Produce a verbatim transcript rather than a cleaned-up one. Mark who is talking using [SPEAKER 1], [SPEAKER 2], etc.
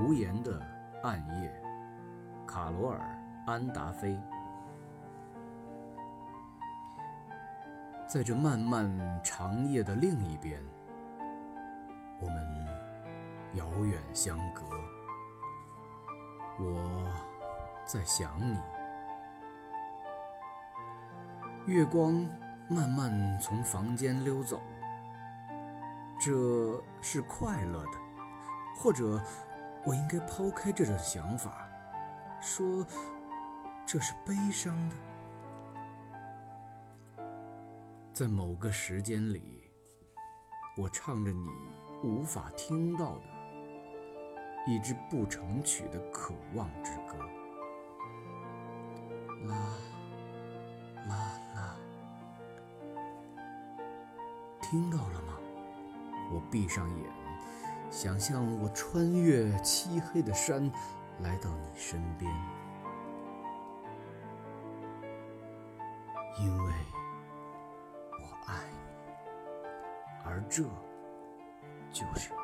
[SPEAKER 1] 无言的暗夜，卡罗尔·安达菲。在这漫漫长夜的另一边，我们遥远相隔。我在想你。月光慢慢从房间溜走，这是快乐的，或者我应该抛开这种想法，说这是悲伤的。在某个时间里，我唱着你无法听到的一支不成曲的渴望之歌，啦啦啦，听到了吗？我闭上眼，想象我穿越漆黑的山，来到你身边，因为我爱你，而这就是